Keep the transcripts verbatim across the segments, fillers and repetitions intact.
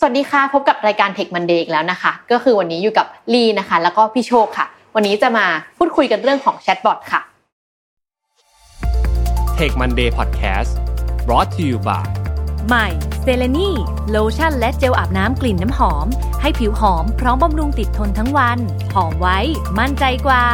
สวัสดีค่ะพบกับรายการ Tech Monday อีกแล้วนะคะก็คือวันนี้อยู่กับลีนะคะแล้วก็พี่โชคค่ะวันนี้จะมาพูดคุยกันเรื่องของแชทบอทค่ะ Tech Monday Podcast brought to you by ใหม่เซเลนีโลชั่นและเจลอาบน้ำกลิ่นน้ำหอมให้ผิวหอมพร้อมบำรุงติดทนทั้งวันหอมไว้มั่นใจกว่า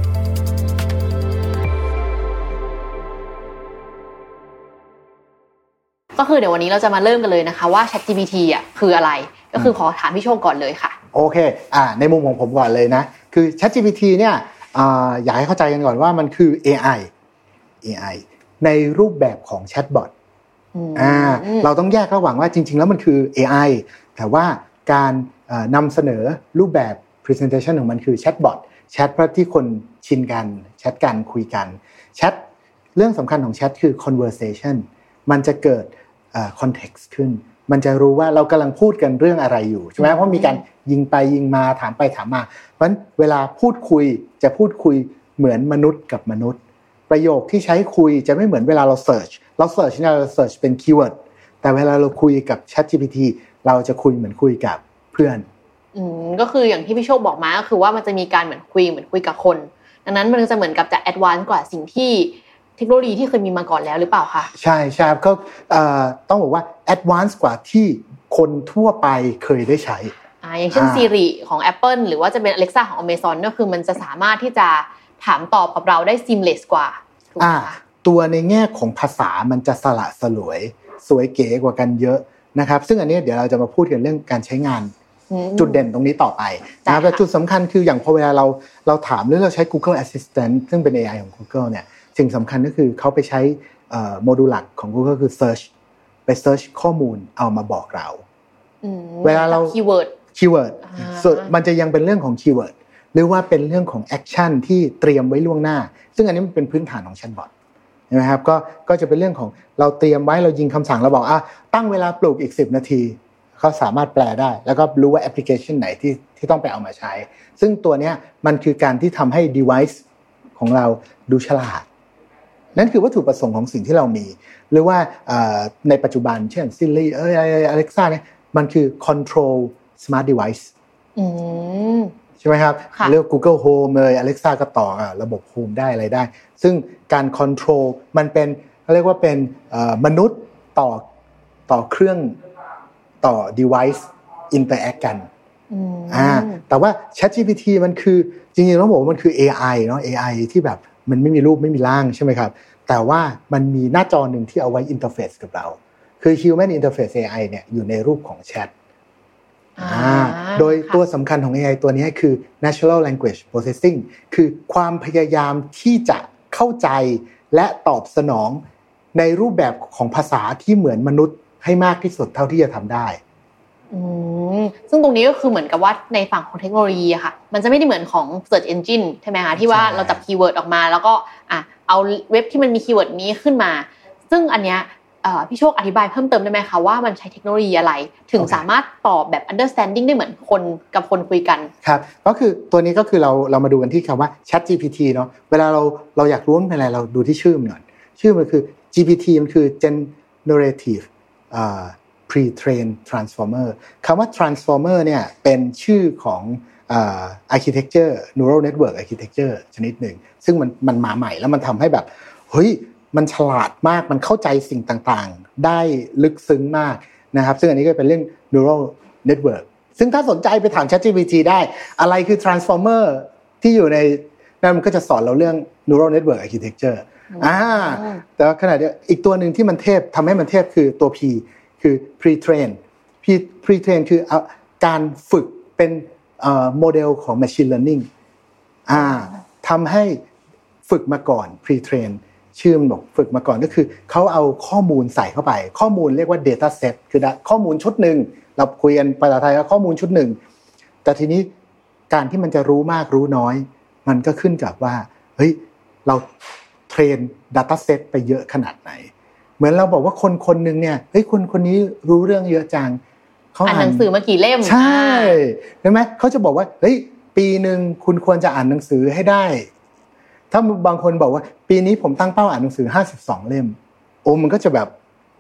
ก็คือเดี๋ยววันนี้เราจะมาเริ่มกันเลยนะคะว่า ChatGPT อ่ะคืออะไรก็คือขอถามพี่โชคก่อนเลยค่ะโอเคอ่าในมุมของผมก่อนเลยนะคือ ChatGPT เนี่ยอ่าอยากให้เข้าใจกันก่อนว่ามันคือ เอ ไอ เอ ไอ ในรูปแบบของแชทบอทอ่าเราต้องแยกระหว่างว่าจริงๆแล้วมันคือ เอ ไอ แต่ว่าการนำเสนอรูปแบบ presentation ของมันคือแชทบอทแชทเพราะที่คนชินกันแชทกันคุยกันแชทเรื่องสำคัญของแชทคือ conversation มันจะเกิดเอ่อ context ขึ้นมันจะรู้ว่าเรากำลังพูดกันเรื่องอะไรอยู่ใช่ไหมเพราะมีการยิงไปยิงมาถามไปถามมาเพราะฉะนั้นเวลาพูดคุยจะพูดคุยเหมือนมนุษย์กับมนุษย์ประโยคที่ใช้คุยจะไม่เหมือนเวลาเรา search เรา search เนี่ยเรา search เป็น keyword แต่เวลาเราคุยกับ ChatGPT เราจะคุยเหมือนคุยกับเพื่อนอืมก็คืออย่างที่พี่โชคบอกมาก็คือว่ามันจะมีการเหมือนคุยเหมือนคุยกับคนดังนั้นมันจะเหมือนกับจะ advance กว่าสิ่งที่เทคโนโลยีที่เคยมีมาก่อนแล้วหรือเปล่าคะใช่ๆก็เอ่อต้องบอกว่า advance กว่าที่คนทั่วไปเคยได้ใช้อ่าอย่างเช่น Siri ของ Apple หรือว่าจะเป็น Alexa ของ Amazon ก็คือมันจะสามารถที่จะถามตอบกับเราได้ seamless กว่าถูกมั้ยคะตัวในแง่ของภาษามันจะสละสลวยสวยเก๋กว่ากันเยอะนะครับซึ่งอันนี้เดี๋ยวเราจะมาพูดกันเรื่องการใช้งานจุดเด่นตรงนี้ต่อไปนะครับแต่จุดสำคัญคืออย่างพอเวลาเราเราถามหรือเราใช้ Google Assistant ซึ่งเป็น เอ ไอ ของ Google เนี่ยสิ่งสำคัญก็คือเขาไปใช้โมดูลหลักของ Google คือ Search ไป Search ข้อมูลเอามาบอกเราเวลาเรา Keyword Keyword ส่วนมันจะยังเป็นเรื่องของ Keyword หรือว่าเป็นเรื่องของ Action ที่เตรียมไว้ล่วงหน้าซึ่งอันนี้มันเป็นพื้นฐานของแชทบอทใช่ไหมครับก็ก็จะเป็นเรื่องของเราเตรียมไว้เรายิงคำสั่งเราบอกอ่ะตั้งเวลาปลูกอีกสิบนาทีเขาสามารถแปลได้แล้วก็รู้ว่าแอปพลิเคชันไหนที่ที่ต้องไปเอามาใช้ซึ่งตัวเนี้ยมันคือการที่ทำให้ device ของเราดูฉลาดนั่นคือวัตถุประสงค์ของสิ่งที่เรามีหรือว่าในปัจจุบันเช่น Siri เอ้ย Alexa เนี่ยมันคือ control smart device อืมใช่ไหมครับเรียก Google Home เลย Alexa ก็ต่อระบบ Home ได้อะไรได้ซึ่งการ control มันเป็นเรียกว่าเป็นมนุษย์ต่อต่อเครื่องต่อ device interact กันอ่าแต่ว่า ChatGPT มันคือจริงๆต้องบอกว่ามันคือ เอ ไอ เนาะ เอ ไอ ที่แบบมันไม่มีรูปไม่มีร่างใช่ไหมครับแต่ว่ามันมีหน้าจอหนึ่งที่เอาไว้อินเทอร์เฟซกับเราคือ Human Interface เอ ไอ เนี่ยอยู่ในรูปของแชทอ่าโดยตัวสำคัญของ เอ ไอ ตัวนี้คือ Natural Language Processing คือความพยายามที่จะเข้าใจและตอบสนองในรูปแบบของภาษาที่เหมือนมนุษย์ให้มากที่สุดเท่าที่จะทำได้อืมซึ่งตรงนี้ก็คือเหมือนกับว่าในฝั่งของเทคโนโลยีอะค่ะมันจะไม่ได้เหมือนของ Search Engine ใช่ไหมคะที่ว่าเราจับคีย์เวิร์ดออกมาแล้วก็อ่ะเอาเว็บที่มันมีคีย์เวิร์ดนี้ขึ้นมาซึ่งอันเนี้ยเอ่อพี่โชคอธิบายเพิ่มเติมได้ไหมคะว่ามันใช้เทคโนโลยีอะไรถึง okay. สามารถตอบแบบ understanding ได้เหมือนคนกับคนคุยกันครับก็คือตัวนี้ก็คือเราเรามาดูกันที่คำว่า ChatGPT เนาะเวลาเราเราอยากรู้เป็นอะไรเราดูที่ชื่อมันก่อนชื่อมันคือ จี พี ที มันคือ Generative อ่าpre-trained transformer คำว่า transformer เนี่ยเป็นชื่อของอ่า architecture neural network architecture ชนิดหนึ่งซึ่งมันมันมาใหม่แล้วมันทำให้แบบเฮ้ยมันฉลาดมากมันเข้าใจสิ่งต่างๆได้ลึกซึ้งมากนะครับซึ่งอันนี้ก็เป็นเรื่อง neural network ซึ่งถ้าสนใจไปถาม ChatGPT ได้อะไรคือ transformer ที่อยู่ในนั่นมันก็จะสอนเราเรื่อง neural network architecture อ่าแต่ขณะเดียวอีกตัวนึงที่มันเทพทำให้มันเทพคือตัว Pคือ pre-train pre-train คือการฝึกเป็นโมเดลของ machine learning อ่าทำให้ฝึกมาก่อน pre-train ชื่อมันบอกฝึกมาก่อนก็คือเขาเอาข้อมูลใส่เข้าไปข้อมูลเรียกว่า data set คือข้อมูลชุดหนึ่งเราคุยกันภาษาไทยว่าข้อมูลชุดหนึ่งแต่ทีนี้การที่มันจะรู้มากรู้น้อยมันก็ขึ้นกับว่าเฮ้ยเราเทรน data set ไปเยอะขนาดไหนเหมือนเราบอกว่าคนคนนึงเนี่ยเฮ้ยคนคนนี้รู้เรื่องเยอะจังเขาอ่านหนังสือมากี่เล่มใช่เห็นไหมเขาจะบอกว่าเฮ้ยปีนึงคุณควรจะอ่านหนังสือให้ได้ถ้าบางคนบอกว่าปีนี้ผมตั้งเป้าอ่านหนังสือห้าสิบสองเล่มโอ้มันก็จะแบบ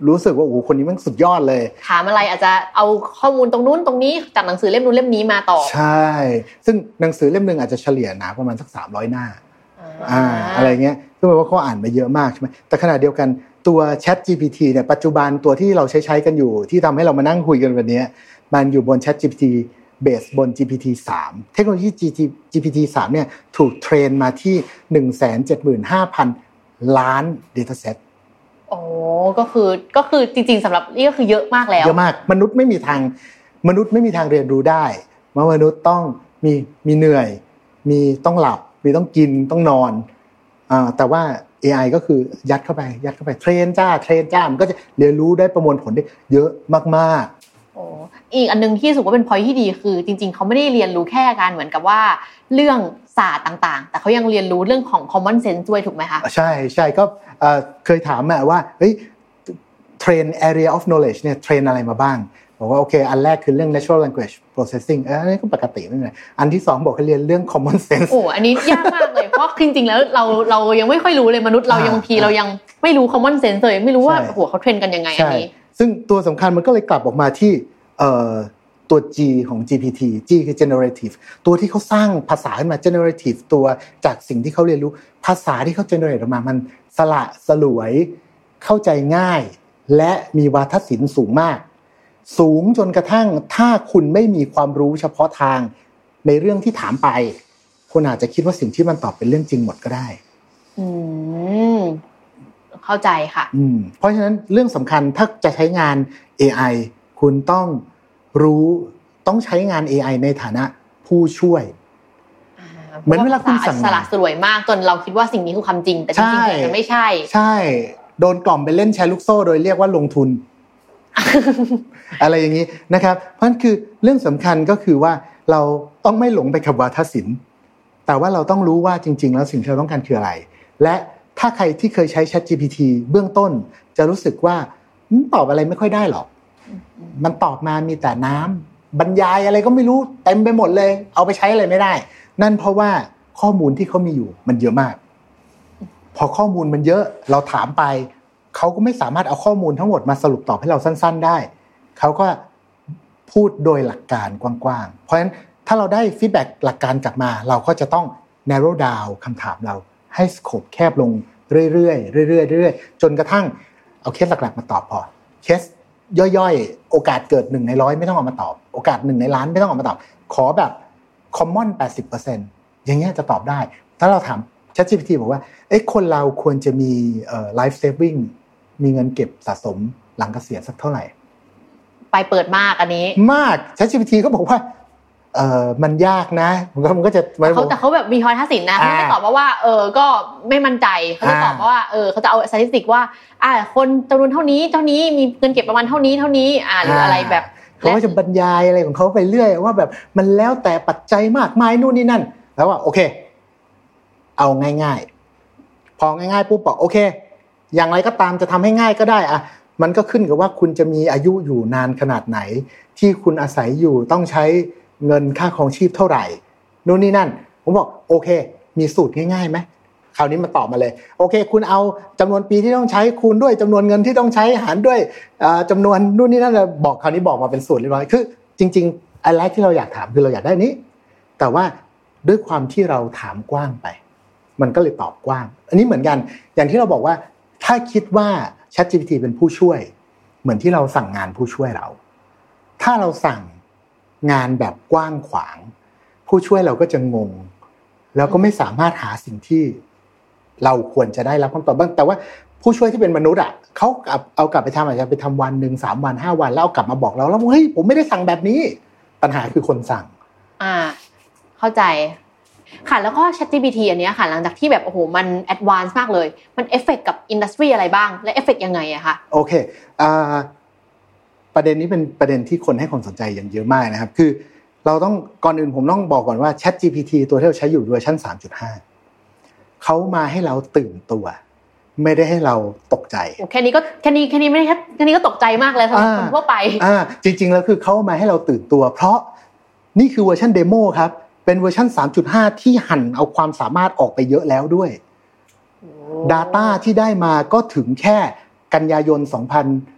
รู้สึกว่าโอ้โหคนนี้มันสุดยอดเลยถามอะไรอาจจะเอาข้อมูลตรงนู้นตรงนี้จากหนังสือเล่มนู้นเล่มนี้มาตอบใช่ซึ่งหนังสือเล่มนึงอาจจะเฉลี่ยหนาประมาณสักสามร้อยหน้าอ่าอะไรเงี้ยก็แปลว่าเขาอ่านมาเยอะมากใช่มั้ยแต่ขณะเดียวกันตัว ChatGPT เนี่ยปัจจุบันตัวที่เราใช้ๆกันอยู่ที่ทำให้เรามานั่งคุยกันวันนี้มันอยู่บน ChatGPT เบสบน จี พี ที สาม เทคโนโลยี จี พี ที สาม เนี่ยถูกเทรนมาที่ หนึ่งแสนเจ็ดหมื่นห้าพัน ล้าน dataset โอ้ก็คือก็คือจริงๆสำหรับนี่ก็คือเยอะมากแล้วเยอะมากมนุษย์ไม่มีทางมนุษย์ไม่มีทางเรียนรู้ได้เมื่อมนุษย์ต้องมีมีเหนื่อยมีต้องหลับมีต้องกินต้องนอนอ่าแต่ว่า เอ ไอ ก็คือยัดเข้าไปยัดเข้าไปเทรนจ้าเทรนจ้ามันก็จะเรียนรู้ได้ประมวลผลได้เยอะมากๆโอ้อีกอันนึงที่รู้สึกว่าเป็น point ที่ดีคือจริงๆเขาไม่ได้เรียนรู้แค่การเหมือนกับว่าเรื่องศาสตร์ต่างๆแต่เขายังเรียนรู้เรื่องของ common sense ด้วยถูกไหมคะใช่ใช่ก็เอ่อเคยถามมาว่าเฮ้ยเทรน area of knowledge เนี่ยเทรนอะไรมาบ้างบอกว่าโอเคอันแรกคือเรื่อง natural language processing เอออันนี้ก็ปกติไม่เป็นไรอันที่สองบอกให้เรียนเรื่อง common sense โอ้อันนี้ยากมากเลยเพราะจริงๆแล้วเราเรายังไม่ค่อยรู้เลยมนุษย์เรายังทีเรายังไม่รู้ common sense เลยไม่รู้ว่าโอ้โหเขาเทรนกันยังไงอันนี้ซึ่งตัวสำคัญมันก็เลยกลับออกมาที่เอ่อตัว G ของ จี พี ที G คือ generative ตัวที่เขาสร้างภาษาขึ้นมา generative ตัวจากสิ่งที่เขาเรียนรู้ภาษาที่เขา generate ออกมามันสละสลวยเข้าใจง่ายและมีวาทศิลป์สูงมากสูงจนกระทั่งถ้าคุณไม่มีความรู้เฉพาะทางในเรื่องที่ถามไปคุณอาจจะคิดว่าสิ่งที่มันตอบเป็นเรื่องจริงหมดก็ได้อืมเข้าใจค่ะอืมเพราะฉะนั้นเรื่องสำคัญถ้าจะใช้งาน เอ ไอ คุณต้องรู้ต้องใช้งาน เอ ไอ ในฐานะผู้ช่วยเหมือนเวลาคุณสั่งสละสลวยมากจนเราคิดว่าสิ่งนี้คือความจริงแต่จริงๆมันไม่ใช่ใช่โดนกล่อมไปเล่นแชร์ลูกโซ่โดยเรียกว่าลงทุน อะไรอย่างนี้นะครับเพราะฉะนั้นคือเรื่องสำคัญก็คือว่าเราต้องไม่หลงไปกับวาทศิลป์แต่ว่าเราต้องรู้ว่าจริงๆแล้วสิ่งที่เราต้องการคืออะไรและถ้าใครที่เคยใช้ ChatGPT เบื้องต้นจะรู้สึกว่าตอบอะไรไม่ค่อยได้หรอกมันตอบมามีแต่น้ำบรรยายอะไรก็ไม่รู้เต็มไปหมดเลยเอาไปใช้อะไรไม่ได้นั่นเพราะว่าข้อมูลที่เขามีอยู่มันเยอะมากพอข้อมูลมันเยอะเราถามไปเขาก็ไม่สามารถเอาข้อมูลทั้งหมดมาสรุปตอบให้เราสั้นๆได้เขาก็พูดโดยหลักการกว้างๆเพราะฉะนั้นถ้าเราได้ฟีดแบ็กหลักการกลับมาเราก็จะต้อง narrow down คำถามเราให้สโคปแคบลงเรื่อยๆเรื่อยๆเรื่อยๆจนกระทั่งเอาเคสหลักๆมาตอบพอเคสย่อยๆโอกาสเกิดหนึ่งในร้อยไม่ต้องเอามาตอบโอกาสหนึ่งในล้านไม่ต้องเอามาตอบขอแบบ common แปดสิบเปอร์เซ็นต์ อย่างเงี้ยจะตอบได้ถ้าเราถาม ChatGPT บอกว่าเอ๊ะคนเราควรจะมีเอ่อ life saving มีเงินเก็บสะสมหลังเกษียณสักเท่าไหร่ไปเปิดมากอันนี้มาก ChatGPT ก็บอกว่าเอ่อมันยากนะมันก็มันก็จะเขาแต่เขาแบบมีทอยทัศน์นะไม่ได้ตอบว่าว่าเออก็ไม่มั่นใจเขาจะตอบว่าเออเขาจะเอาสถิติว่าอ่าคนจำนวนเท่านี้เท่านี้มีเงินเก็บประมาณเท่านี้เท่านี้อ่าหรืออะไรแบบเขาก็จะบรรยายอะไรของเขาไปเรื่อยว่าแบบมันแล้วแต่ปัจจัยมากมายนู่นนี่นั่นแล้วว่าโอเคเอาง่ายๆพอง่ายๆปุ๊บบอกโอเคอย่างไรก็ตามจะทำให้ง่ายก็ได้อะมันก็ขึ้นกับว่าคุณจะมีอายุอยู่นานขนาดไหนที่คุณอาศัยอยู่ต้องใช้เงินค่าครองชีพเท่าไหร่นู่นนี่นั่นผมบอกโอเคมีสูตรง่ายๆไหมคราวนี้มาตอบมาเลยโอเคคุณเอาจำนวนปีที่ต้องใช้คูณด้วยจำนวนเงินที่ต้องใช้หารด้วยจำนวนนู่นนี่นั่นบอกคราวนี้บอกมาเป็นสูตรเรียบร้อยคือจริงๆอันแรกที่เราอยากถามคือเราอยากได้นี้แต่ว่าด้วยความที่เราถามกว้างไปมันก็เลยตอบกว้างอันนี้เหมือนกันอย่างที่เราบอกว่าถ้าคิดว่า ChatGPT เป็นผู้ช่วยเหมือนที่เราสั่งงานผู้ช่วยเราถ้าเราสั่งงานแบบกว้างขวางผู้ช่วยเราก็จะงงแล้วก็ไม่สามารถหาสิ่งที่เราควรจะได้รับคำตอบบ้างแต่ว่าผู้ช่วยที่เป็นมนุษย์อ่ะเขาเอากลับไปทำอาจจะไปทำวันหนึ่งสามวันห้าวันแล้วเอากลับมาบอกเราแล้วเฮ้ยผมไม่ได้สั่งแบบนี้ปัญหาคือคนสั่งอ่าเข้าใจค่ะแล้วก็ ChatGPT อันเนี้ยค่ะหลังจากที่แบบโอ้โหมันแอดวานซ์มากเลยมันเอฟเฟคกับอินดัสทรีอะไรบ้างและเอฟเฟคยังไงอะคะโอเคอ่าประเด็นนี้เป็นประเด็นที่คนให้ความสนใจอย่างเยอะมากนะครับคือเราต้องก่อนอื่นผมต้องบอกก่อนว่า ChatGPT ตัวที่เราใช้อยู่เวอร์ชั่น สามจุดห้า เขามาให้เราตื่นตัวไม่ได้ให้เราตกใจแค่นี้ก็แค่นี้แค่นี้ไม่ได้แค่นี้ก็ตกใจมากแล้วสำหรับคนทั่วไปอ่าจริงๆแล้วคือเขามาให้เราตื่นตัวเพราะนี่คือเวอร์ชันเดโมครับเป็นเวอร์ชัน สามจุดห้า ที่หั่นเอาความสามารถออกไปเยอะแล้วด้วย data ที่ได้มาก็ถึงแค่กันยายนสองพัน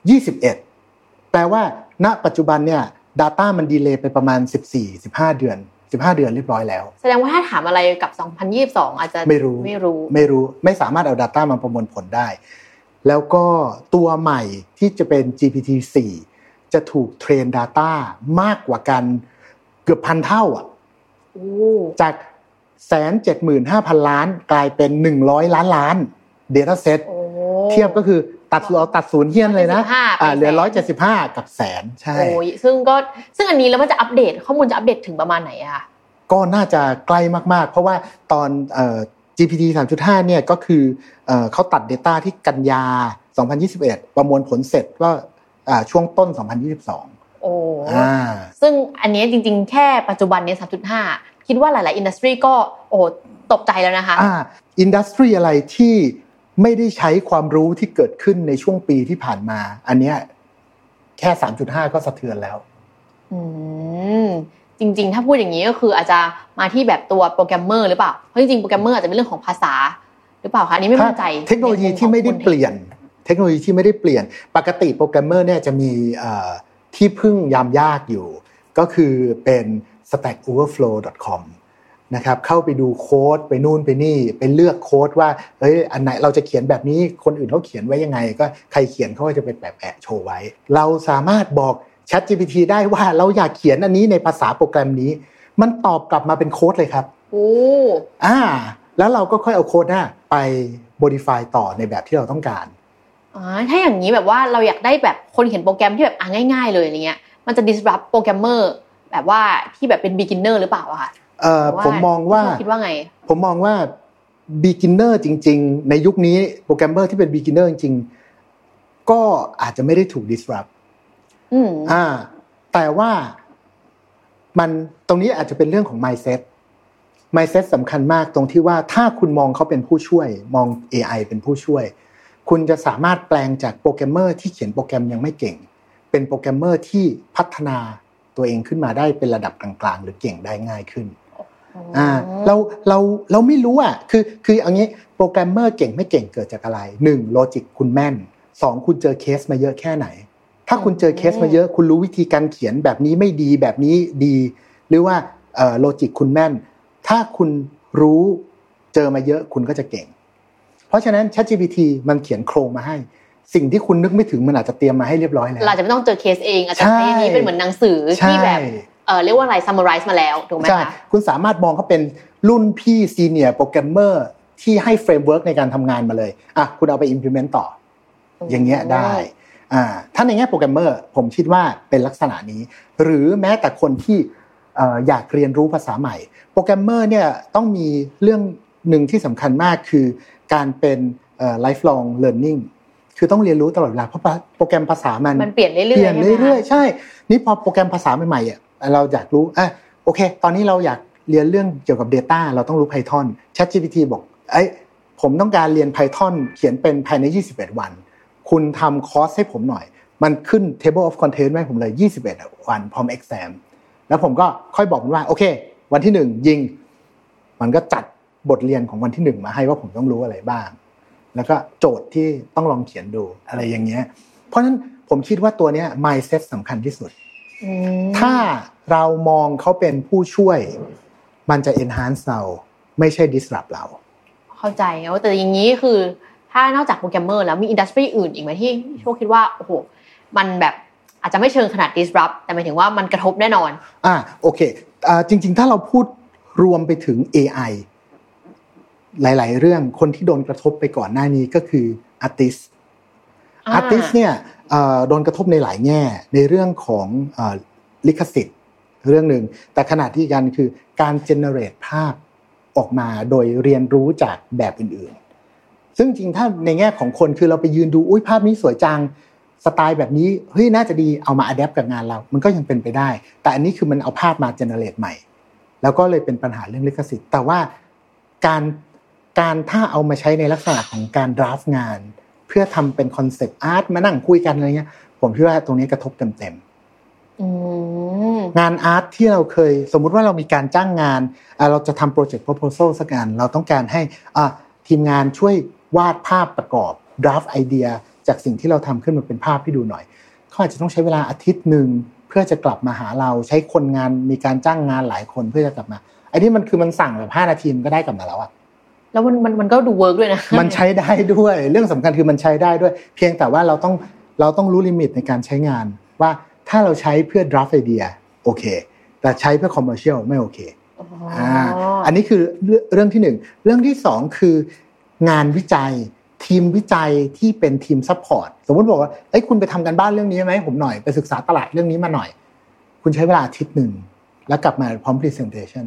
ยี่สิบเอ็ดแปลว่าณปัจจุบันเนี่ย data มันดีเลย์ไปประมาณสิบสี่ สิบห้าเดือนสิบห้าเดือนเรียบร้อยแล้วแสดงว่าถ้าถามอะไรกับสองพันยี่สิบสองอาจจะไม่รู้ไม่รู้ไม่รู้ไม่สามารถเอา data มาประมวลผลได้แล้วก็ตัวใหม่ที่จะเป็น จี พี ที สี่จะถูกเทรน data มากกว่ากันเกือบพันเท่าอ่ะจาก หนึ่งแสนเจ็ดหมื่นห้าพัน ล้านกลายเป็นหนึ่งร้อยล้านล้าน data set เทียบก็คือตัดเราตัดศูนย์เฮี้ยนเลยนะอ่าเหลือหนึ่งร้อยเจ็ดสิบห้ากับแสนใช่โอ้ยซึ่งก็ซึ่งอันนี้แล้วมันจะอัปเดตข้อมูลจะอัปเดตถึงประมาณไหนอะคะก็น่าจะใกล้มากๆเพราะว่าตอนเอ่อ จี พี ที สามจุดห้า เนี่ยก็คือเอ่อเขาตัด data ที่กันยาสองพันยี่สิบเอ็ดประมวลผลเสร็จก็อ่าช่วงต้นสองพันยี่สิบสองโอ้อ่าซึ่งอันนี้จริงๆแค่ปัจจุบันนี้ สามจุดห้า คิดว่าหลายๆอินดัสทรีก็โอ้ตกใจแล้วนะคะอ่าอินดัสทรีอะไรที่ไม่ได้ใช้ความรู้ที่เกิดขึ้นในช่วงปีที่ผ่านมาอันเนี้ยแค่ สามจุดห้า ก็สะเทือนแล้วอืมจริงๆถ้าพูดอย่างนี้ก็คืออาจจะมาที่แบบตัวโปรแกรมเมอร์หรือเปล่าเพราะจริงๆโปรแกรมเมอร์อาจจะเป็นเรื่องของภาษาหรือเปล่าคะอันนี้ไม่มั่นใจเทคโนโลยีที่ไม่ได้เปลี่ยนเทคโนโลยีที่ไม่ได้เปลี่ยนปกติโปรแกรมเมอร์เนี่ยจะมีเอ่อที่พึ่งยามยากอยู่ก็คือเป็น สแต็ก โอเวอร์โฟลว์ ดอท คอม นะครับเข้าไปดูโค้ดไปนู่นไปนี่ไปเลือกโค้ดว่าเฮ้ยอันไหนเราจะเขียนแบบนี้คนอื่นเขาเขียนไว้ยังไงก็ใครเขียนเขาก็จะไปแปะๆโชว์ไว้เราสามารถบอก ChatGPT ได้ว่าเราอยากเขียนอันนี้ในภาษาโปรแกรมนี้มันตอบกลับมาเป็นโค้ดเลยครับโอ้อ่าแล้วเราก็ค่อยเอาโค้ดน่ะไป modify ต่อในแบบที่เราต้องการอ๋อถ้าอย่างนี้แบบว่าเราอยากได้แบบคนเขียนโปรแกรมที่แบบอ่ะง่ายๆเลยอะไรเงี้ยมันจะ disrupt โปรแกรมเมอร์แบบว่าที่แบบเป็น beginner หรือเปล่าอะคะเอ่อผมมองว่าคิดว่าไงผมมองว่า beginner จริงๆในยุคนี้โปรแกรมเมอร์ที่เป็น beginner จริงๆก็อาจจะไม่ได้ถูก disrupt อืมอ่าแต่ว่ามันตรงนี้อาจจะเป็นเรื่องของ mindset mindset สำคัญมากตรงที่ว่าถ้าคุณมองเขาเป็นผู้ช่วยมอง เอ ไอ เป็นผู้ช่วยคุณจะสามารถแปลงจากโปรแกรมเมอร์ที่เขียนโปรแกรมยังไม่เก่งเป็นโปรแกรมเมอร์ที่พัฒนาตัวเองขึ้นมาได้เป็นระดับกลางๆหรือเก่งได้ง่ายขึ้นอ่าเราเราเราไม่รู้อ่ะคือคือเอางี้โปรแกรมเมอร์เก่งไม่เก่งเกิดจากอะไรหนึ่งโลจิกคุณแม่นสองคุณเจอเคสมาเยอะแค่ไหนถ้าคุณเจอเคสมาเยอะคุณรู้วิธีการเขียนแบบนี้ไม่ดีแบบนี้ดีหรือว่าเอ่อโลจิกคุณแม่นถ้าคุณรู้เจอมาเยอะคุณก็จะเก่งเพราะฉะนั้น ChatGPT มันเขียนโครงมาให้สิ่งที่คุณนึกไม่ถึงมันอาจจะเตรียมมาให้เรียบร้อยแล้วเราจะไม่ต้องเจอเคสเองอาจจะใช้อันนี้เป็นเหมือนหนังสือที่แบบเอ่อเรียกว่าอะไร summarize มาแล้วถูกมั้ยคะใช่คุณสามารถมองเขาเป็นรุ่นพี่ซีเนียร์โปรแกรมเมอร์ที่ให้เฟรมเวิร์คในการทำงานมาเลยอ่ะคุณเอาไป implement ต่ออย่างเงี้ยได้อ่าถ้าในแง่โปรแกรมเมอร์ผมคิดว่าเป็นลักษณะนี้หรือแม้แต่คนที่เอ่ออยากเรียนรู้ภาษาใหม่โปรแกรมเมอร์เนี่ยต้องมีเรื่องนึงที่สำคัญมากคือการเป็นเอ่อ lifelong learningคือต้องเรียนรู้ตลอดเวลาเพราะโปรแกรมภาษามันมันเปลี่ยนเรื่อยๆเปลี่ยนเรื่อยๆใช่นี่พอโปรแกรมภาษาใหม่ๆอ่ะเราอยากรู้อ่ะโอเคตอนนี้เราอยากเรียนเรื่องเกี่ยวกับ data เราต้องรู้ Python ChatGPT บอกเอ้ยผมต้องการเรียน Python เขียนเป็นภายในยี่สิบเอ็ดวันคุณทำคอร์สให้ผมหน่อยมันขึ้น table of content ให้ผมเลยยี่สิบเอ็ดวันพร้อม exam แล้วผมก็ค่อยบอกมันว่าโอเควันที่หนึ่งยิงมันก็จัดบทเรียนของวันที่หนึ่งมาให้ว่าผมต้องรู้อะไรบ้างแล้วก็โจทย์ที่ต้องลองเขียนดูอะไรอย่างเงี้ยเพราะฉะนั้นผมคิดว่าตัวเนี้ย mindset สำคัญที่สุดถ้าเรามองเขาเป็นผู้ช่วยมันจะ enhance เราไม่ใช่ disrupt เราเข้าใจแล้วแต่อย่างนี้คือถ้านอกจากโปรแกรมเมอร์แล้วมีอินดัสทรีอื่นอีกไหมที่โชคคิดว่าโอ้โหมันแบบอาจจะไม่เชิงขนาด disrupt แต่หมายถึงว่ามันกระทบแน่นอนอ่าโอเคอ่าจริงๆถ้าเราพูดรวมไปถึง เอ ไอหลายๆเรื่องคนที่โดนกระทบไปก่อนหน้านี้ก็คือ artist artist เนี่ยเอ่อโดนกระทบในหลายแง่ในเรื่องของเอ่อลิขสิทธิ์เรื่องนึงแต่ขณะที่กันคือการ generate ภาพออกมาโดยเรียนรู้จากแบบอื่นๆซึ่งจริงถ้าในแง่ของคนคือเราไปยืนดูอุ๊ยภาพนี้สวยจังสไตล์แบบนี้เฮ้ยน่าจะดีเอามา adapt กับงานเรามันก็ยังเป็นไปได้แต่อันนี้คือมันเอาภาพมา generate ใหม่แล้วก็เลยเป็นปัญหาเรื่องลิขสิทธิ์แต่ว่าการการถ้าเอามาใช้ในลักษณะของการดราฟต์งานเพื่อทำเป็นคอนเซปต์อาร์ตมานั่งคุยกันอะไรเงี้ยผมคิดว่าตรงนี้กระทบเต็มๆงานอาร์ตที่เราเคยสมมุติว่าเรามีการจ้างงานเราจะทำโปรเจกต์ proposal สักงานเราต้องการให้ทีมงานช่วยวาดภาพประกอบดราฟต์ไอเดียจากสิ่งที่เราทำขึ้นมาเป็นภาพให้ดูหน่อยเขาอาจจะต้องใช้เวลาอาทิตย์นึงเพื่อจะกลับมาหาเราใช้คนงานมีการจ้างงานหลายคนเพื่อจะกลับมาไอ้นี่มันคือมันสั่งแบบห้านาทีมันก็ได้กลับมาแล้วอ่ะแล้วมันมันมันก็ดูเวิร์กด้วยนะมันใช้ได้ด้วยเรื่องสำคัญคือมันใช้ได้ด้วยเพียงแต่ว่าเราต้องเราต้องรู้ลิมิตในการใช้งานว่าถ้าเราใช้เพื่อ draft idea โอเคแต่ใช้เพื่อ commercial ไม่โอเคอ่าอันนี้คือเรื่องที่หนึ่งเรื่องที่สองคืองานวิจัยทีมวิจัยที่เป็นทีมซัพพอร์ตสมมติบอกว่าเอ้ยคุณไปทำกันบ้านเรื่องนี้ไหมผมหน่อยไปศึกษาตลาดเรื่องนี้มาหน่อยคุณใช้เวลาอาทิตย์หนึ่งแล้วกลับมาพร้อม presentation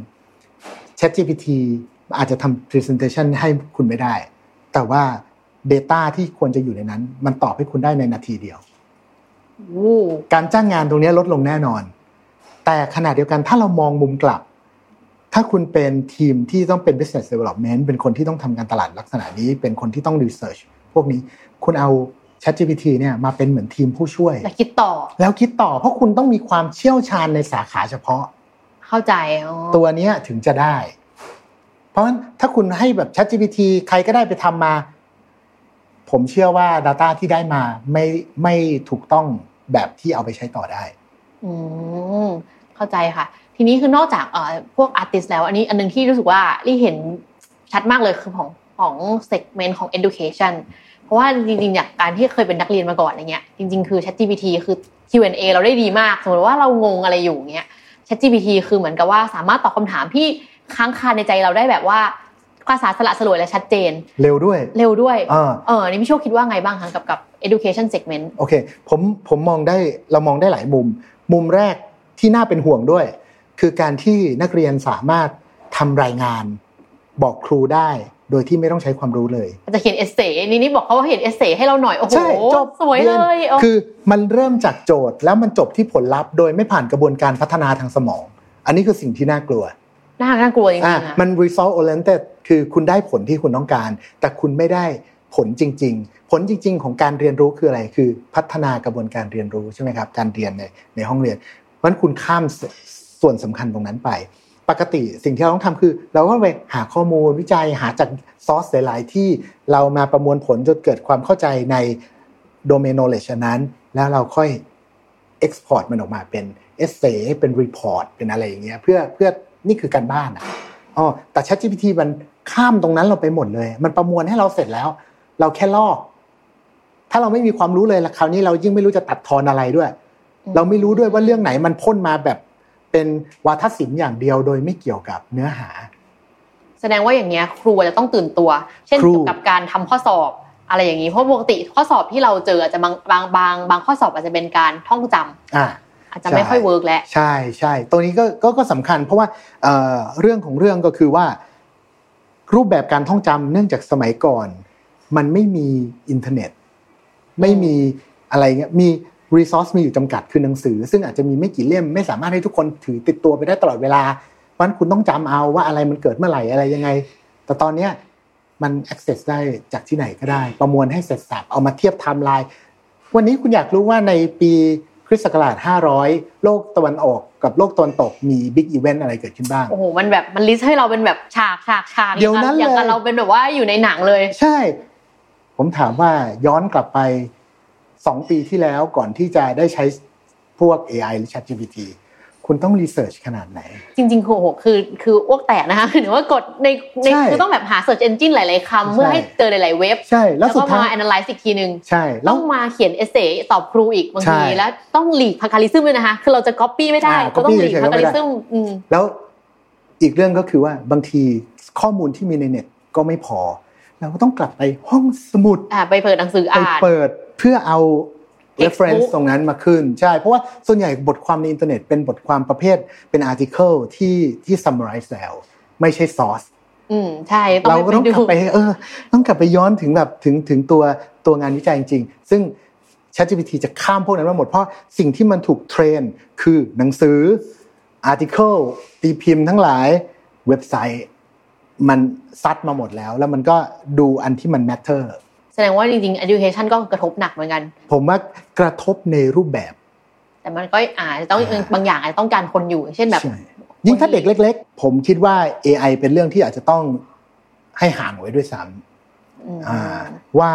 ChatGPT อาจจะทำ presentation ให้คุณไม่ได้แต่ว่า data ที่ควรจะอยู่ในนั้นมันตอบให้คุณได้ในนาทีเดียวการจ้างงานตรงนี้ลดลงแน่นอนแต่ขณะเดียวกันถ้าเรามองมุมกลับถ้าคุณเป็นทีมที่ต้องเป็น business development เป็นคนที่ต้องทำการตลาดลักษณะนี้เป็นคนที่ต้อง research พวกนี้คุณเอา ChatGPT เนี่ยมาเป็นเหมือนทีมผู้ช่วยแล้วคิดต่อแล้วคิดต่อเพราะคุณต้องมีความเชี่ยวชาญในสาขาเฉพาะเข้าใจตัวนี้ถึงจะได้เพราะฉะนั้นถ้าคุณให้แบบ ChatGPT ใครก็ได้ไปทำมาผมเชื่อว่า data ที่ได้มาไม่ไม่ถูกต้องแบบที่เอาไปใช้ต่อได้อืมเข้าใจค่ะทีนี้คือนอกจากเอ่อพวกอาร์ติสต์แล้วอันนี้อันนึงที่รู้สึกว่าลี่เห็นชัดมากเลยคือของของเซกเมนต์ของ education เพราะว่าจริงๆจากการที่เคยเป็นนักเรียนมาก่อนอะไรเงี้ยจริงๆคือ ChatGPT คือ คิว แอนด์ เอ เราได้ดีมากสมมติว่าเรางงอะไรอยู่เงี้ย ChatGPT คือเหมือนกับว่าสามารถตอบคำถามที่ค้างคาในใจเราได้แบบว่าภาษาสละสลวยและชัดเจนเร็วด้วยเร็วด้วยเออเออนี่พี่โชคคิดว่าไงบ้างคะกับกับ education segment โอเคผมผมมองได้เรามองได้หลายมุมมุมแรกที่น่าเป็นห่วงด้วยคือการที่นักเรียนสามารถทำรายงานบอกครูได้โดยที่ไม่ต้องใช้ความรู้เลยจะเขียนเอสเซนี่นี่บอกเขาว่าเขียนเอสเซให้เราหน่อยโอ้โหจบสวยเลยคือมันเริ่มจากโจทย์แล้วมันจบที่ผลลัพธ์โดยไม่ผ่านกระบวนการพัฒนาทางสมองอันนี้คือสิ่งที่น่ากลัวน่าน่ากลัวจริงๆอ่ะมัน result oriented คือคุณได้ผลที่คุณต้องการแต่คุณไม่ได้ผลจริงๆผลจริงๆของการเรียนรู้คืออะไรคือพัฒนากระบวนการเรียนรู้ใช่ไหมครับการเรียนในในห้องเรียนเพราะฉะนั้นคุณข้ามส่วนสำคัญตรงนั้นไปปกติสิ่งที่เราต้องทำคือเราก็ไปหาข้อมูลวิจัยหาจากซอสหลายๆที่เรามาประมวลผลจนเกิดความเข้าใจใน domain knowledge นั้นแล้วเราค่อย export มันออกมาเป็น essay เป็น report เป็นอะไรอย่างเงี้ยเพื่อเพื่อนี่คือการบ้านอ่ะอ๋อแต่ ChatGPT มันข้ามตรงนั้นเราไปหมดเลยมันประมวลให้เราเสร็จแล้วเราแค่ลอกถ้าเราไม่มีความรู้เลยแล้วคราวนี้เรายิ่งไม่รู้จะตัดทอนอะไรด้วยเราไม่รู้ด้วยว่าเรื่องไหนมันพ่นมาแบบเป็นวาทศิลป์อย่างเดียวโดยไม่เกี่ยวกับเนื้อหาแสดงว่าอย่างเงี้ยครูจะต้องตื่นตัวเช่นเกี่ยวกับการทำข้อสอบอะไรอย่างนี้เพราะปกติข้อสอบที่เราเจออาจจะบางบางบางบางข้อสอบอาจจะเป็นการท่องจำอ่าอาจจะไม่ค่อยเวิร์กแล้วใช่ใช่ตรงนี้ก็ก็ก็สำคัญเพราะว่าเอ่อเรื่องของเรื่องก็คือว่ารูปแบบการท่องจำเนื่องจากสมัยก่อนมันไม่มีอินเทอร์เน็ตไม่มีอะไรเงี้ยมีresource มีอยู่จำกัดคือหนังสือซึ่งอาจจะมีไม่กี่เล่มไม่สามารถให้ทุกคนถือติดตัวไปได้ตลอดเวลาเพราะฉะนั้นคุณต้องจำเอาว่าอะไรมันเกิดเมื่อไหร่อะไรยังไงแต่ตอนนี้มัน access ได้จากที่ไหนก็ได้ประมวลให้เสร็จสับเอามาเทียบไทม์ไลน์วันนี้คุณอยากรู้ว่าในปีคริสต์ศักราชห้าร้อยโลกตะวันออกกับโลกตะวันตกมีบิ๊กอีเวนต์อะไรเกิดขึ้นบ้างโอ้โหมันแบบมันลิสต์ให้เราเป็นแบบฉากฉากฉากอย่างนั้นอย่างกับเราเป็นแบบว่าอยู่ในหนังเลยใช่ผมถามว่าย้อนกลับไปสองปีที่แล้วก่อนที่จะได้ใช้พวก เอ ไอ หรือ ChatGPT คุณต้องรีเสิร์ชขนาดไหนจริงๆคือโอ้โหคือคืออ้วกแตกนะคะหรือว่ากดในในคือต้องแบบหา search engine หลายๆคำเพื่อให้เจอหลายๆเว็บใช่แล้วสุดท้ายมา analyze อีกทีนึงใช่ต้องมาเขียน essay ตอบครูอีกบางทีแล้วต้องหลีก Parallelism ด้วยนะคะคือเราจะ copy ไม่ได้ก็ต้องหลีก Parallelism อืมแล้วอีกเรื่องก็คือว่าบางทีข้อมูลที่มีในเน็ตก็ไม่พอเราก็ต้องกลับไปห้องสมุดอ่าไปเปิดหนังสืออ่านไปเปิดเพื่อเอา reference ตรงนั้นมาขึ้นใช่เพราะว่าส่วนใหญ่บทความในอินเทอร์เน็ตเป็นบทความประเภทเป็น article ที่ที่ summarize แล้วไม่ใช่ source อืมใช่ต้องเราก็ต้องกลับไปเออต้องกลับไปย้อนถึงแบบถึงถึงตัวตัวงานวิจัยจริงๆซึ่ง ChatGPT จะข้ามพวกนั้นมาหมดเพราะสิ่งที่มันถูกเทรนคือหนังสือ article ตีพิมพ์ทั้งหลายเว็บไซต์มันซัดมาหมดแล้วแล้วมันก็ดูอันที่มัน matter แสดงว่าจริงๆ education ก็กระทบหนักเหมือนกันผมว่ากระทบในรูปแบบแต่มันก็อาจจะต้องบางอย่างอาจจะต้องการคนอยู่เช่นแบบยิ่งถ้าเด็กเล็กๆผมคิดว่า เอ ไอ เป็นเรื่องที่อาจจะต้องให้ห่างไว้ด้วยซ้ำว่า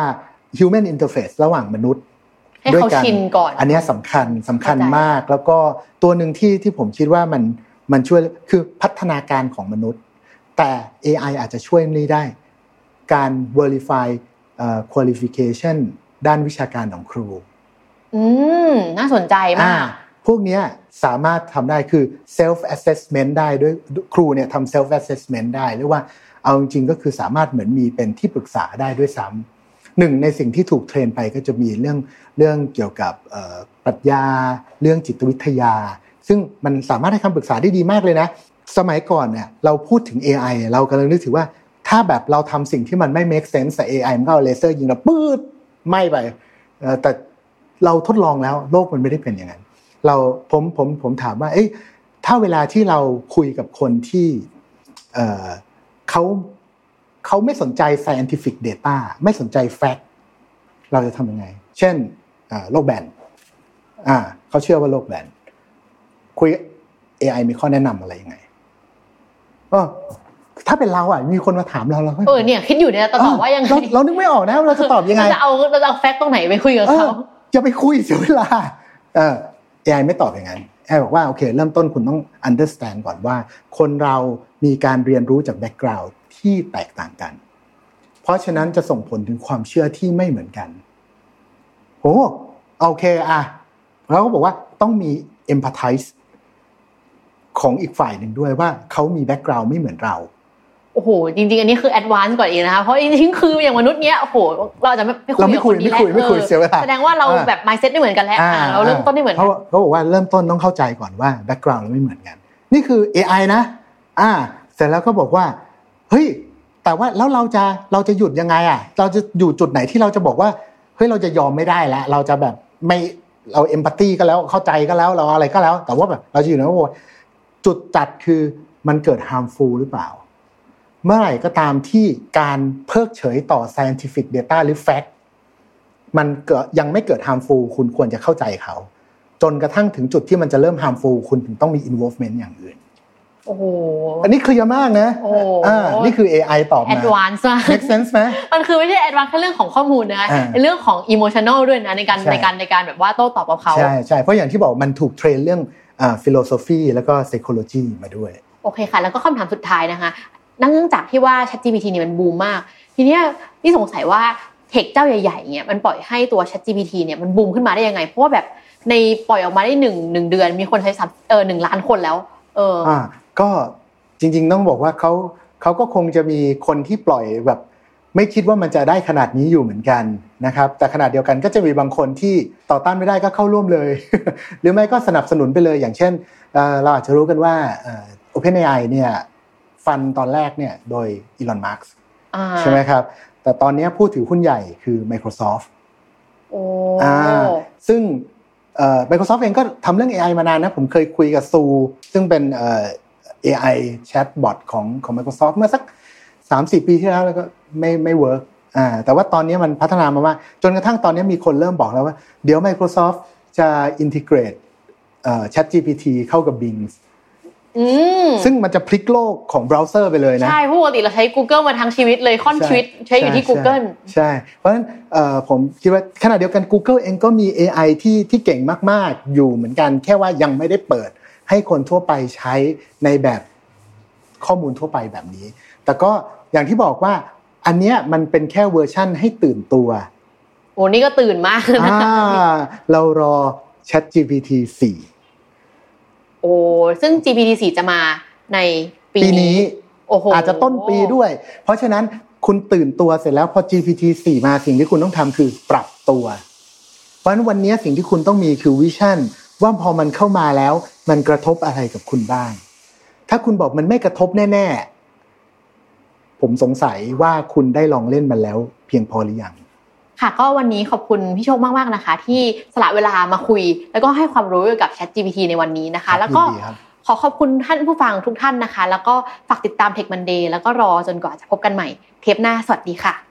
human interface ระหว่างมนุษย์ให้เขาชินก่อนอันนี้สำคัญสำคัญมากแล้วก็ตัวหนึ่งที่ที่ผมคิดว่ามันมันช่วยคือพัฒนาการของมนุษย์แต่ เอ ไอ อาจจะช่วยนี่ได้การ verify เอ่อ qualification ด้านวิชาการของครูอืมน่าสนใจมากพวกนี้สามารถทำได้คือ self assessment ได้ด้วยครูเนี่ยทำ self assessment ได้หรือว่าเอาจริงๆก็คือสามารถเหมือนมีเป็นที่ปรึกษาได้ด้วยซ้ำหนึ่งในสิ่งที่ถูกเทรนไปก็จะมีเรื่องเรื่องเกี่ยวกับปรัชญาเรื่องจิตวิทยาซึ่งมันสามารถให้คำปรึกษาได้ดีมากเลยนะสมัยก่อนเนี่ยเราพูดถึง เอ ไอ เรากำลังนึกถึงว่าถ้าแบบเราทำสิ่งที่มันไม่ make sense แต่ เอ ไอ มันก็เอาเลเซอร์ยิงเราปื๊ดไหม้ไปแต่เราทดลองแล้วโลกมันไม่ได้เป็นอย่างนั้นเราผมผมผมถามว่าเอ้ยถ้าเวลาที่เราคุยกับคนที่เอ่อเขาเขาไม่สนใจ scientific data ไม่สนใจ fact เราจะทำยังไงเช่นโลกแบนอ่าเขาเชื่อว่าโลกแบนคุย เอ ไอ มีข้อแนะนำอะไรยังไงก็ถ้าเป็นเราอ่ะมีคนมาถามเราเราก็เออเนี่ยคิดอยู่เนี่ยจะตอบว่ายังไงเรานึกไม่ออกนะเราจะตอบยังไงเราจะเอาเราจะเอาแฟกต์ตรงไหนไปคุยกับเขาจะไปคุยเสียเวลาเออ เอ ไอ ไม่ตอบอย่างนั้น เอ ไอ บอกว่าโอเคเริ่มต้นคุณต้อง understand ก่อนว่าคนเรามีการเรียนรู้จาก background ที่แตกต่างกันเพราะฉะนั้นจะส่งผลถึงความเชื่อที่ไม่เหมือนกันโอ้โอเคอ่ะแล้วก็บอกว่าต้องมี empathize ของอีกฝ่ายหนึ่งด้วยว่าเขามี background ไม่เหมือนเราโอ้โหจริงๆอันนี้คือ advance กว่าอีกนะคะเพราะจริงๆคืออย่างมนุษย์เนี้ยโอ้โหเราจะไม่ไม่คุยกับคนนี้แล้วแสดงว่าเราแบบ mindset ไม่เหมือนกันแล้วเราเริ่มต้นไม่เหมือนกันเขาบอกว่าเริ่มต้นต้องเข้าใจก่อนว่า background เราไม่เหมือนกันนี่คือ เอ ไอ นะอ่าเสร็จแล้วก็บอกว่าเฮ้ยแต่ว่าแล้วเราจะเราจะหยุดยังไงอ่ะเราจะอยู่จุดไหนที่เราจะบอกว่าเฮ้ยเราจะยอมไม่ได้แล้วเราจะแบบไม่เราเอมพัตตีก็แล้วเข้าใจก็แล้วเราอะไรก็แล้วแต่ว่าแบบเราจะอยู่ในว่าจุดจัดคือมันเกิด harmful หรือเปล่าเมื่อไหร่ก็ตามที่การเพิกเฉยต่อ scientific data หรือ fact มันเกิดยังไม่เกิด harmful คุณควรจะเข้าใจเขาจนกระทั่งถึงจุดที่มันจะเริ่ม harmful คุณถึงต้องมี involvement อย่างอื่นโอ้โหอันนี้เคลียร์มากนะอ่านี่คือ เอ ไอ ตอบมา advance มาก make sense มั้ยมันคือไม่ใช่ advance แค่เรื่องของข้อมูลนะเป็นเรื่องของ emotional ด้วยนะในการในการในการแบบว่าโต้ตอบกับเขาใช่ๆเพราะอย่างที่บอกมันถูกเทรนเรื่องอ่า philosophy แล้วก็ psychology มาด้วยโอเคค่ะแล้วก็คำถามสุดท้ายนะคะเนื่องจากที่ว่า ChatGPT เนี่ยมันบูมมากทีเนี้ยนี่สงสัยว่าเทคเจ้าใหญ่ๆเนี่ยมันปล่อยให้ตัว ChatGPT เนี่ยมันบูมขึ้นมาได้ยังไงเพราะว่าแบบในปล่อยออกมาได้1 1เดือนมีคนใช้เออหนึ่งล้านคนแล้วเอออ่าก็จริงๆต้องบอกว่าเขาเขาก็คงจะมีคนที่ปล่อยแบบไม่คิดว่ามันจะได้ขนาดนี้อยู่เหมือนกันนะครับแต่ขนาดเดียวกันก็จะมีบางคนที่ต่อต้านไม่ได้ก็เข้าร่วมเลย หรือไม่ก็สนับสนุนไปเลยอย่างเช่นเราอาจจะรู้กันว่า OpenAI เนี่ยฟันตอนแรกเนี่ยโดยอีลอนมัสก์ใช่ไหมครับแต่ตอนนี้ผู้ถือหุ้นใหญ่คือ Microsoft โอ้อ่าซึ่งเอ่อ Microsoft เองก็ทำเรื่อง เอ ไอ มานานนะผมเคยคุยกับซูซึ่งเป็นเอ่อ เอ ไอ chatbot ของของ Microsoft เมื่อสัก สามถึงสี่ ปีที่แล้วแล้วก็ไม่ไม่เวิร์คอ่าแต่ว่าตอนนี้มันพัฒนามามากจนกระทั่งตอนนี้มีคนเริ่มบอกแล้วว่าเดี๋ยว Microsoft จะ integrate เอ่อ ChatGPT เข้ากับ Bing อืมซึ่งมันจะพลิกโลกของเบราว์เซอร์ไปเลยนะใช่ปกติเราใช้ Google มาทั้งชีวิตเลยค่อนชีวิตใช้อยู่ที่ Google ใช่เพราะฉะนั้นเอ่อผมคิดว่าขณะเดียวกัน Google เองก็มี เอ ไอ ที่ที่เก่งมากๆอยู่เหมือนกันแค่ว่ายังไม่ได้เปิดให้คนทั่วไปใช้ในแบบข้อมูลทั่วไปแบบนี้แต่ก็อย่างที่บอกว่าอันเนี้ยมันเป็นแค่เวอร์ชั่นให้ตื่นตัวโอ้นี่ก็ตื่นมากนะเรารอ ChatGPT สี่โอ้ซึ่ง จี พี ที สี่จะมาในปีนี้โอ้โหอาจจะต้นปีด้วยเพราะฉะนั้นคุณตื่นตัวเสร็จแล้วพอ จี พี ที สี่มาสิ่งที่คุณต้องทำคือปรับตัวเพราะฉะนั้นวันนี้สิ่งที่คุณต้องมีคือวิชั่นว่าพอมันเข้ามาแล้วมันกระทบอะไรกับคุณบ้างถ้าคุณบอกมันไม่กระทบแน่ๆผมสงสัยว่าคุณได้ลองเล่นมันแล้วเพียงพอหรือยังค่ะก็วันนี้ขอบคุณพี่โชคมากๆนะคะที่สละเวลามาคุยแล้วก็ให้ความรู้เกี่ยวกับ ChatGPT ในวันนี้นะคะแล้วก็ขอขอบคุณท่านผู้ฟังทุกท่านนะคะแล้วก็ฝากติดตาม Tech Monday แล้วก็รอจนกว่าจะพบกันใหม่เทปหน้าสวัสดีค่ะ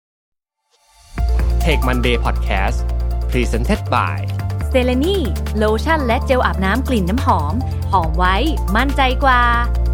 Tech Monday Podcast Presented by เซเลนีโลชั่นและเจลอาบน้ำกลิ่นน้ำหอมหอมไว้มั่นใจกว่า